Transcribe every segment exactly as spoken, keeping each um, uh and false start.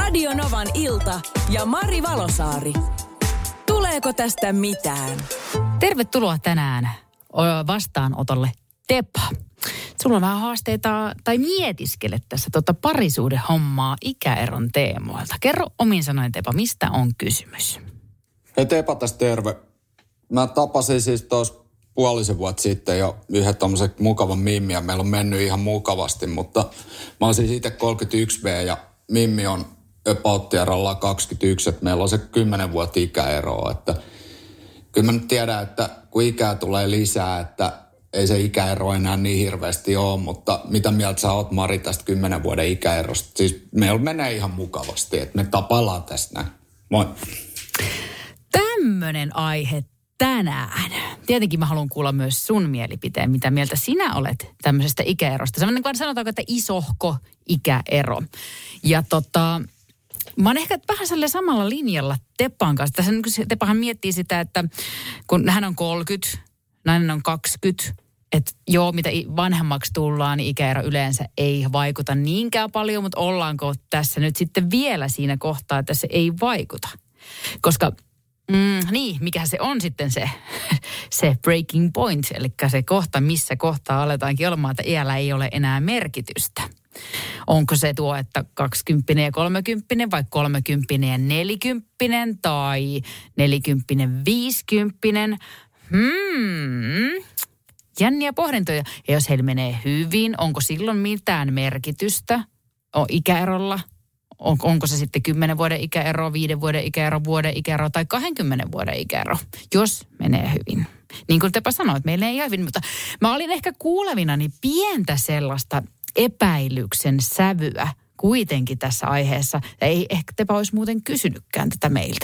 Radio Novan ilta ja Mari Valosaari. Tuleeko tästä mitään? Tervetuloa tänään vastaanotolle Tepa. Sulla on vähän haasteita tai mietiskele tässä tota parisuhdehommaa ikäeron teemoilta. Kerro omin sanoin, Tepa, mistä on kysymys? Hei Tepa, tässä terve. Mä tapasin siis tuossa puolisen vuotta sitten jo yhden tommosen mukavan mimmin ja meillä on mennyt ihan mukavasti, mutta mä oon siis itse kolmekymmentäyksi vuotias ja mimmi on about-tieralla kaksikymmentäyksi, että meillä on se kymmenen vuotta ikäeroa, että kyllä mä nyt tiedän, että kun ikää tulee lisää, että ei se ikäero enää niin hirveästi ole, mutta mitä mieltä sä oot, Mari, tästä kymmenen vuoden ikäerosta? Siis meillä menee ihan mukavasti, että me tapaillaan tästä näin. Moi. Tämmönen aihe tänään. Tietenkin mä haluan kuulla myös sun mielipiteen, mitä mieltä sinä olet tämmöisestä ikäerosta. Sellainen, kun sanotaanko, että isohko ikäero. Ja tota, mä oon ehkä vähän sellainen samalla linjalla Tepan kanssa. Tässä Tepahan miettii sitä, että kun hän on kolmekymmentä, nainen on kaksikymmentä, että joo, mitä vanhemmaksi tullaan, niin ikäero yleensä ei vaikuta niinkään paljon, mutta ollaanko tässä nyt sitten vielä siinä kohtaa, että se ei vaikuta? Koska Mm, niin, mikä se on sitten se, se breaking point, eli se kohta, missä kohtaa aletaankin olemaan, että iällä ei ole enää merkitystä. Onko se tuo, että kaksikymppinen ja kolmekymppinen vai kolmekymppinen ja nelikymppinen tai nelikymppinen viisikymppinen? Hmm, jänniä pohdintoja. Ja jos heillä menee hyvin, onko silloin mitään merkitystä o, ikäerolla? On, onko se sitten kymmenen vuoden ikäero, viiden vuoden ikäero, vuoden ikäero tai kahdenkymmenen vuoden ikäero, jos menee hyvin. Niin kuin Tepa sanoi, että meillä ei ole hyvin, mutta mä olin ehkä kuulevinani pientä sellaista epäilyksen sävyä kuitenkin tässä aiheessa. Ja ei ehkä Tepa olisi muuten kysynytkään tätä meiltä.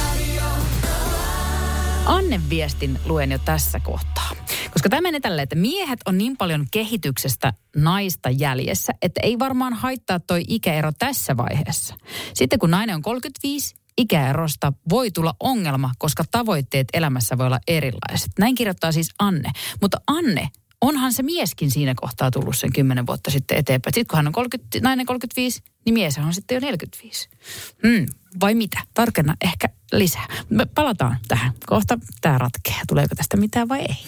Anne viestin luen jo tässä kohtaa. Koska tämä menee tälleen, että miehet on niin paljon kehityksestä naista jäljessä, että ei varmaan haittaa toi ikäero tässä vaiheessa. Sitten kun nainen on kolmekymmentäviisi, ikäerosta voi tulla ongelma, koska tavoitteet elämässä voi olla erilaiset. Näin kirjoittaa siis Anne. Mutta Anne, onhan se mieskin siinä kohtaa tullut sen kymmenen vuotta sitten eteenpäin. Sitten kun hän on kolmekymmentä, nainen kolmekymmentäviisi, niin mies on sitten jo neljäkymmentäviisi. Hmm, vai mitä? Tarkenna ehkä lisää. Me palataan tähän. Kohta tämä ratkeaa. Tuleeko tästä mitään vai ei?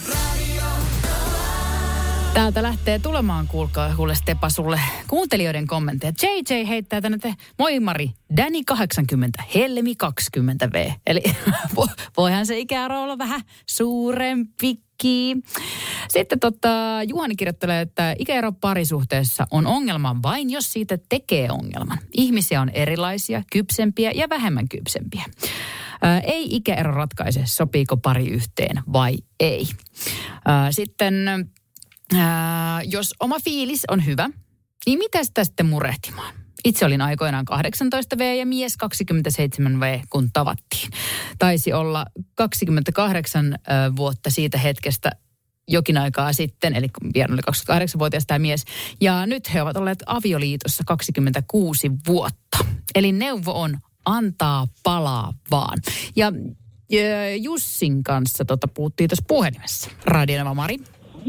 Täältä lähtee tulemaan, kuulkaa, kuule Tepa sulle kuuntelijoiden kommentteja. J J heittää tänne, että moi Mari, Danny kahdeksankymmentä, Helmi kaksikymmentä vuotta. Eli voihan se ikäero olla vähän suurempikin. Sitten tota, Juhani kirjoittelee, että ikäero parisuhteessa on ongelma vain, jos siitä tekee ongelman. Ihmisiä on erilaisia, kypsempiä ja vähemmän kypsempiä. Ää, ei ikäero ratkaise, sopiiko pari yhteen vai ei. Ää, sitten... Ää, jos oma fiilis on hyvä, niin mitä sitä sitten murehtimaan? Itse olin aikoinaan kahdeksantoista vuotta ja mies kaksikymmentäseitsemän vuotta, kun tavattiin. Taisi olla kaksikymmentäkahdeksan äh, vuotta siitä hetkestä jokin aikaa sitten, eli vielä oli kaksikymmentäkahdeksanvuotias tämä mies. Ja nyt he ovat olleet avioliitossa kaksikymmentäkuusi vuotta. Eli neuvo on antaa palaa vaan. Ja, ja Jussin kanssa tota, puhuttiin tuossa puhelimessa. Radio Nova, Mari.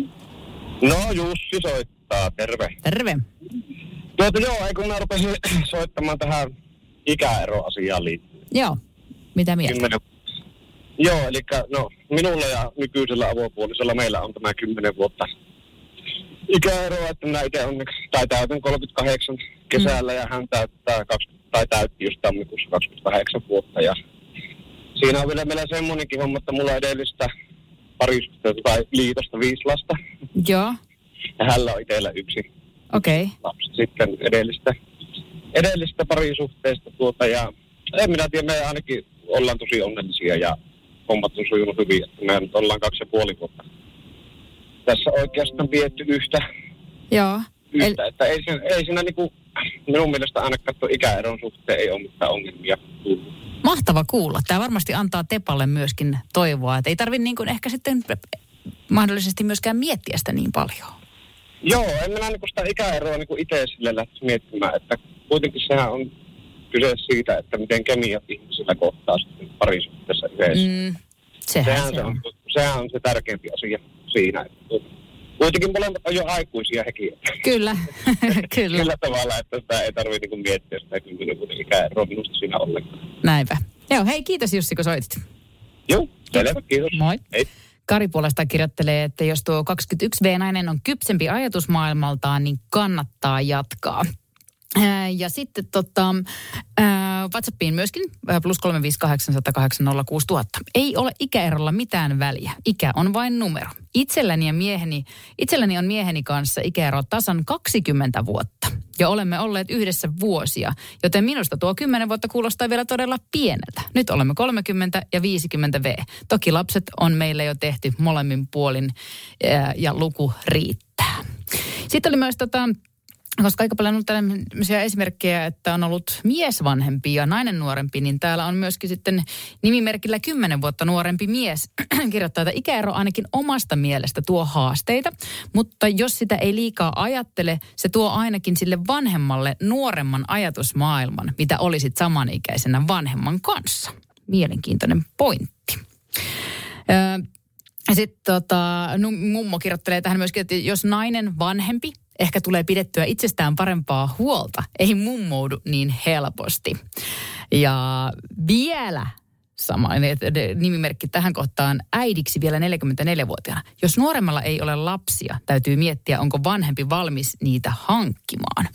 No Jussi soittaa, terve. Terve. Tuota joo, ei kun mä rupesin soittamaan tähän ikäeroasiaan liittyen. Joo, mitä mieltä? Kymmenen... Joo, eli no minulla ja nykyisellä avopuolisella meillä on tämä kymmenen vuotta ikäeroa, että minä itse onneksi, tai täytän kolmekymmentäkahdeksan kesällä mm. ja hän täyttää kaksikymmentä, tai täytti just tammikuussa kaksikymmentäkahdeksan vuotta ja siinä on vielä meillä semmoinenkin homma, että mulla edellistä parisuhteesta tai liitosta viisi lasta. Joo. Ja hänellä on itsellä yksi. Okei. Okay. Lapsi sitten edellistä, edellistä parisuhteesta tuota ja en minä tiedä, me ainakin ollaan tosi onnellisia ja hommat on sujunut hyvin, että me nyt ollaan kaksi ja puoli vuotta tässä oikeastaan vietty yhtä. Joo. Yhtä, El... että ei, siinä, ei siinä niinku, minun mielestä ainakaan tuon ikäeron suhteen ei ole mitään ongelmia tullut. Mahtava kuulla. Tämä varmasti antaa Tepalle myöskin toivoa, että ei tarvitse niin kuin ehkä sitten mahdollisesti myöskään miettiä sitä niin paljon. Joo, en minä niin sitä ikäeroa niin itse sille lähtisi miettimään, että kuitenkin sehän on kyse siitä, että miten kemiat ihmisillä kohtaa sitten parisuhteessa yhdessä. Mm, sehän, sehän, se on. Se on, sehän on se tärkeämpi asia siinä. Että kuitenkin molemmat on jo aikuisia hekin. Kyllä, kyllä. Sillä tavalla, että sitä ei tarvitse niin miettiä sitä kymmenen vuoden ikäeroa minusta siinä ollenkaan. Näinpä. Joo, hei kiitos Jussi, kun soitit. Joo, selvä, kiitos. Moi. Hei. Kari puolestaan kirjoittelee, että jos tuo kaksikymmentäyksi vuotias-nainen on kypsempi ajatusmaailmaltaan, niin kannattaa jatkaa. Ja sitten tota, WhatsAppiin myöskin, plus kolme viisi kahdeksan nolla kahdeksan nolla kuusi nolla nolla nolla. Ei ole ikäerolla mitään väliä. Ikä on vain numero. Itselläni, ja mieheni, itselläni on mieheni kanssa ikäero tasan kaksikymmentä vuotta. Ja olemme olleet yhdessä vuosia, joten minusta tuo kymmenen vuotta kuulostaa vielä todella pieneltä. Nyt olemme kolmekymmentä ja viisikymmentä vuotta. Toki lapset on meille jo tehty molemmin puolin ja luku riittää. Sitten oli myös tota... Koska aika paljon on tällaisia esimerkkejä, että on ollut mies vanhempi ja nainen nuorempi, niin täällä on myöskin sitten nimimerkillä kymmenen vuotta nuorempi mies kirjoittaa, että ikäero ainakin omasta mielestä tuo haasteita, mutta jos sitä ei liikaa ajattele, se tuo ainakin sille vanhemmalle nuoremman ajatusmaailman, mitä olisit samanikäisenä vanhemman kanssa. Mielenkiintoinen pointti. Öö, sitten tota, mummo kirjoittelee tähän myöskin, että jos nainen vanhempi, ehkä tulee pidettyä itsestään parempaa huolta. Ei mummoudu niin helposti. Ja vielä sama nimimerkki tähän kohtaan äidiksi vielä neljäkymmentäneljä-vuotiaana. Jos nuoremmalla ei ole lapsia, täytyy miettiä, onko vanhempi valmis niitä hankkimaan.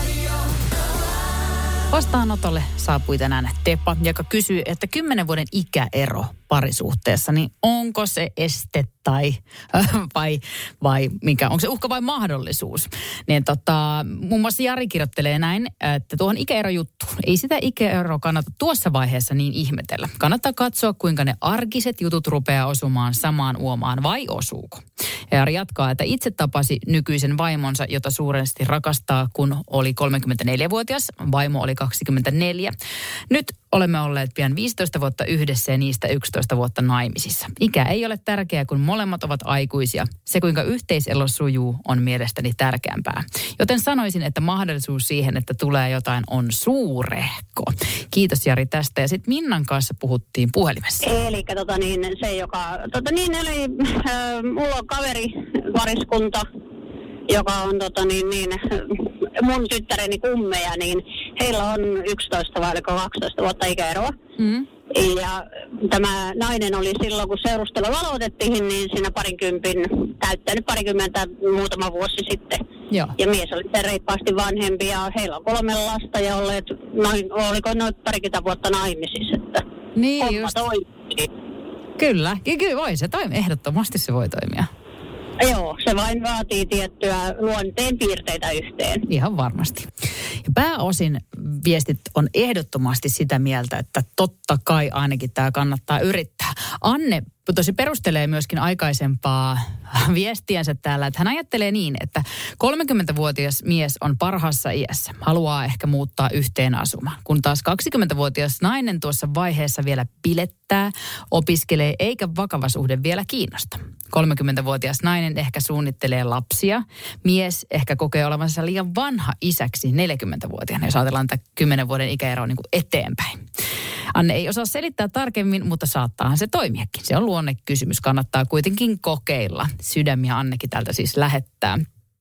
Vastaanotolle saapui tänään Tepa, joka kysyy, että kymmenen vuoden ikäero parisuhteessa, niin onko se este tai vai, vai mikä, onko se uhka vai mahdollisuus? Niin tota, muun muassa Jari kirjoittelee näin, että tuohon ikäerojuttuun, ei sitä ikäeroa kannata tuossa vaiheessa niin ihmetellä. Kannattaa katsoa, kuinka ne arkiset jutut rupeaa osumaan samaan uomaan vai osuuko. Ja Jari jatkaa, että itse tapasi nykyisen vaimonsa, jota suuresti rakastaa, kun oli kolmekymmentäneljä-vuotias. Vaimo oli kaksikymmentäneljä. Nyt olemme olleet pian viisitoista vuotta yhdessä ja niistä yksitoista vuotta naimisissa. Ikä ei ole tärkeää, kun molemmat ovat aikuisia. Se, kuinka yhteiselo sujuu, on mielestäni tärkeämpää. Joten sanoisin, että mahdollisuus siihen, että tulee jotain, on suurehko. Kiitos Jari tästä. Ja sitten Minnan kanssa puhuttiin puhelimessa. Eli tota niin, se, joka... Tota niin, eli äh, mulla on kaveri, pariskunta, joka on tota niin, niin mun tyttäreni kummeja, niin heillä on yksitoista vai kaksitoista vuotta ikäeroa. Mm. Ja tämä nainen oli silloin, kun seurustelu aloitettiin, niin siinä parikympin, täyttänyt parikymmentä muutama vuosi sitten. Joo. Ja mies oli reippaasti vanhempi ja heillä on kolme lasta ja olleet, noin, oliko noin parikymmentä vuotta naimisissa, että niin homma just. toimii. Kyllä, kyllä voi se toimia, ehdottomasti se voi toimia. Joo, se vain vaatii tiettyä luonteen piirteitä yhteen. Ihan varmasti. Ja pääosin viestit on ehdottomasti sitä mieltä, että totta kai ainakin tämä kannattaa yrittää. Anne tosi perustelee myöskin aikaisempaa viestiänsä täällä, että hän ajattelee niin, että kolmekymmentävuotias mies on parhaassa iässä, haluaa ehkä muuttaa yhteen asumaan. Kun taas kaksikymmentävuotias nainen tuossa vaiheessa vielä pilettää, opiskelee eikä vakava suhde vielä kiinnosta. kolmekymmentävuotias nainen ehkä suunnittelee lapsia, mies ehkä kokee olevansa liian vanha isäksi neljäkymmentävuotiaana, jos ajatellaan tätä kymmenen vuoden ikäeroa niin kuin eteenpäin. Anne ei osaa selittää tarkemmin, mutta saattaahan se toimiakin. Se on luonnekysymys. Kannattaa kuitenkin kokeilla. Sydämiä Annekin täältä siis lähettää.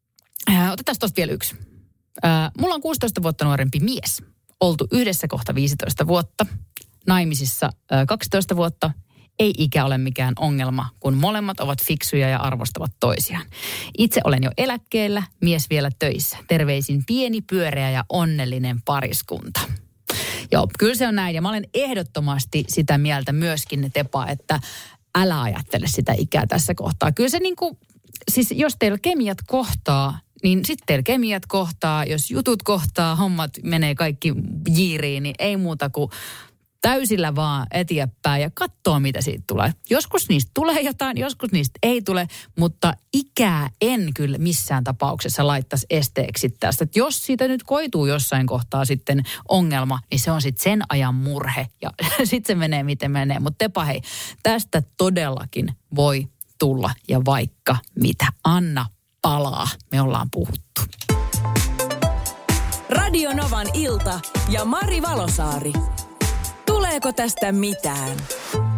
Äh, otetaan tuosta vielä yksi. Äh, mulla on kuusitoista vuotta nuorempi mies. Oltu yhdessä kohta viisitoista vuotta. Naimisissa äh, kaksitoista vuotta. Ei ikä ole mikään ongelma, kun molemmat ovat fiksuja ja arvostavat toisiaan. Itse olen jo eläkkeellä, mies vielä töissä. Terveisin pieni, pyöreä ja onnellinen pariskunta. Joo, kyllä se on näin. Ja mä olen ehdottomasti sitä mieltä myöskin, Tepa, että älä ajattele sitä ikää tässä kohtaa. Kyllä se niin kuin, siis jos teillä kemiat kohtaa, niin sitten teillä kemiat kohtaa. Jos jutut kohtaa, hommat menee kaikki jiiriin, niin ei muuta kuin täysillä vaan eteenpäin ja katsoo, mitä siitä tulee. Joskus niistä tulee jotain, joskus niistä ei tule, mutta ikää en kyllä missään tapauksessa laittaisi esteeksi tästä. Että jos siitä nyt koituu jossain kohtaa sitten ongelma, niin se on sitten sen ajan murhe ja sitten se menee miten menee. Mutta Tepa hei, tästä todellakin voi tulla ja vaikka mitä. Anna palaa, me ollaan puhuttu. Radio Novan ilta ja Mari Valosaari. Tuleeko tästä mitään?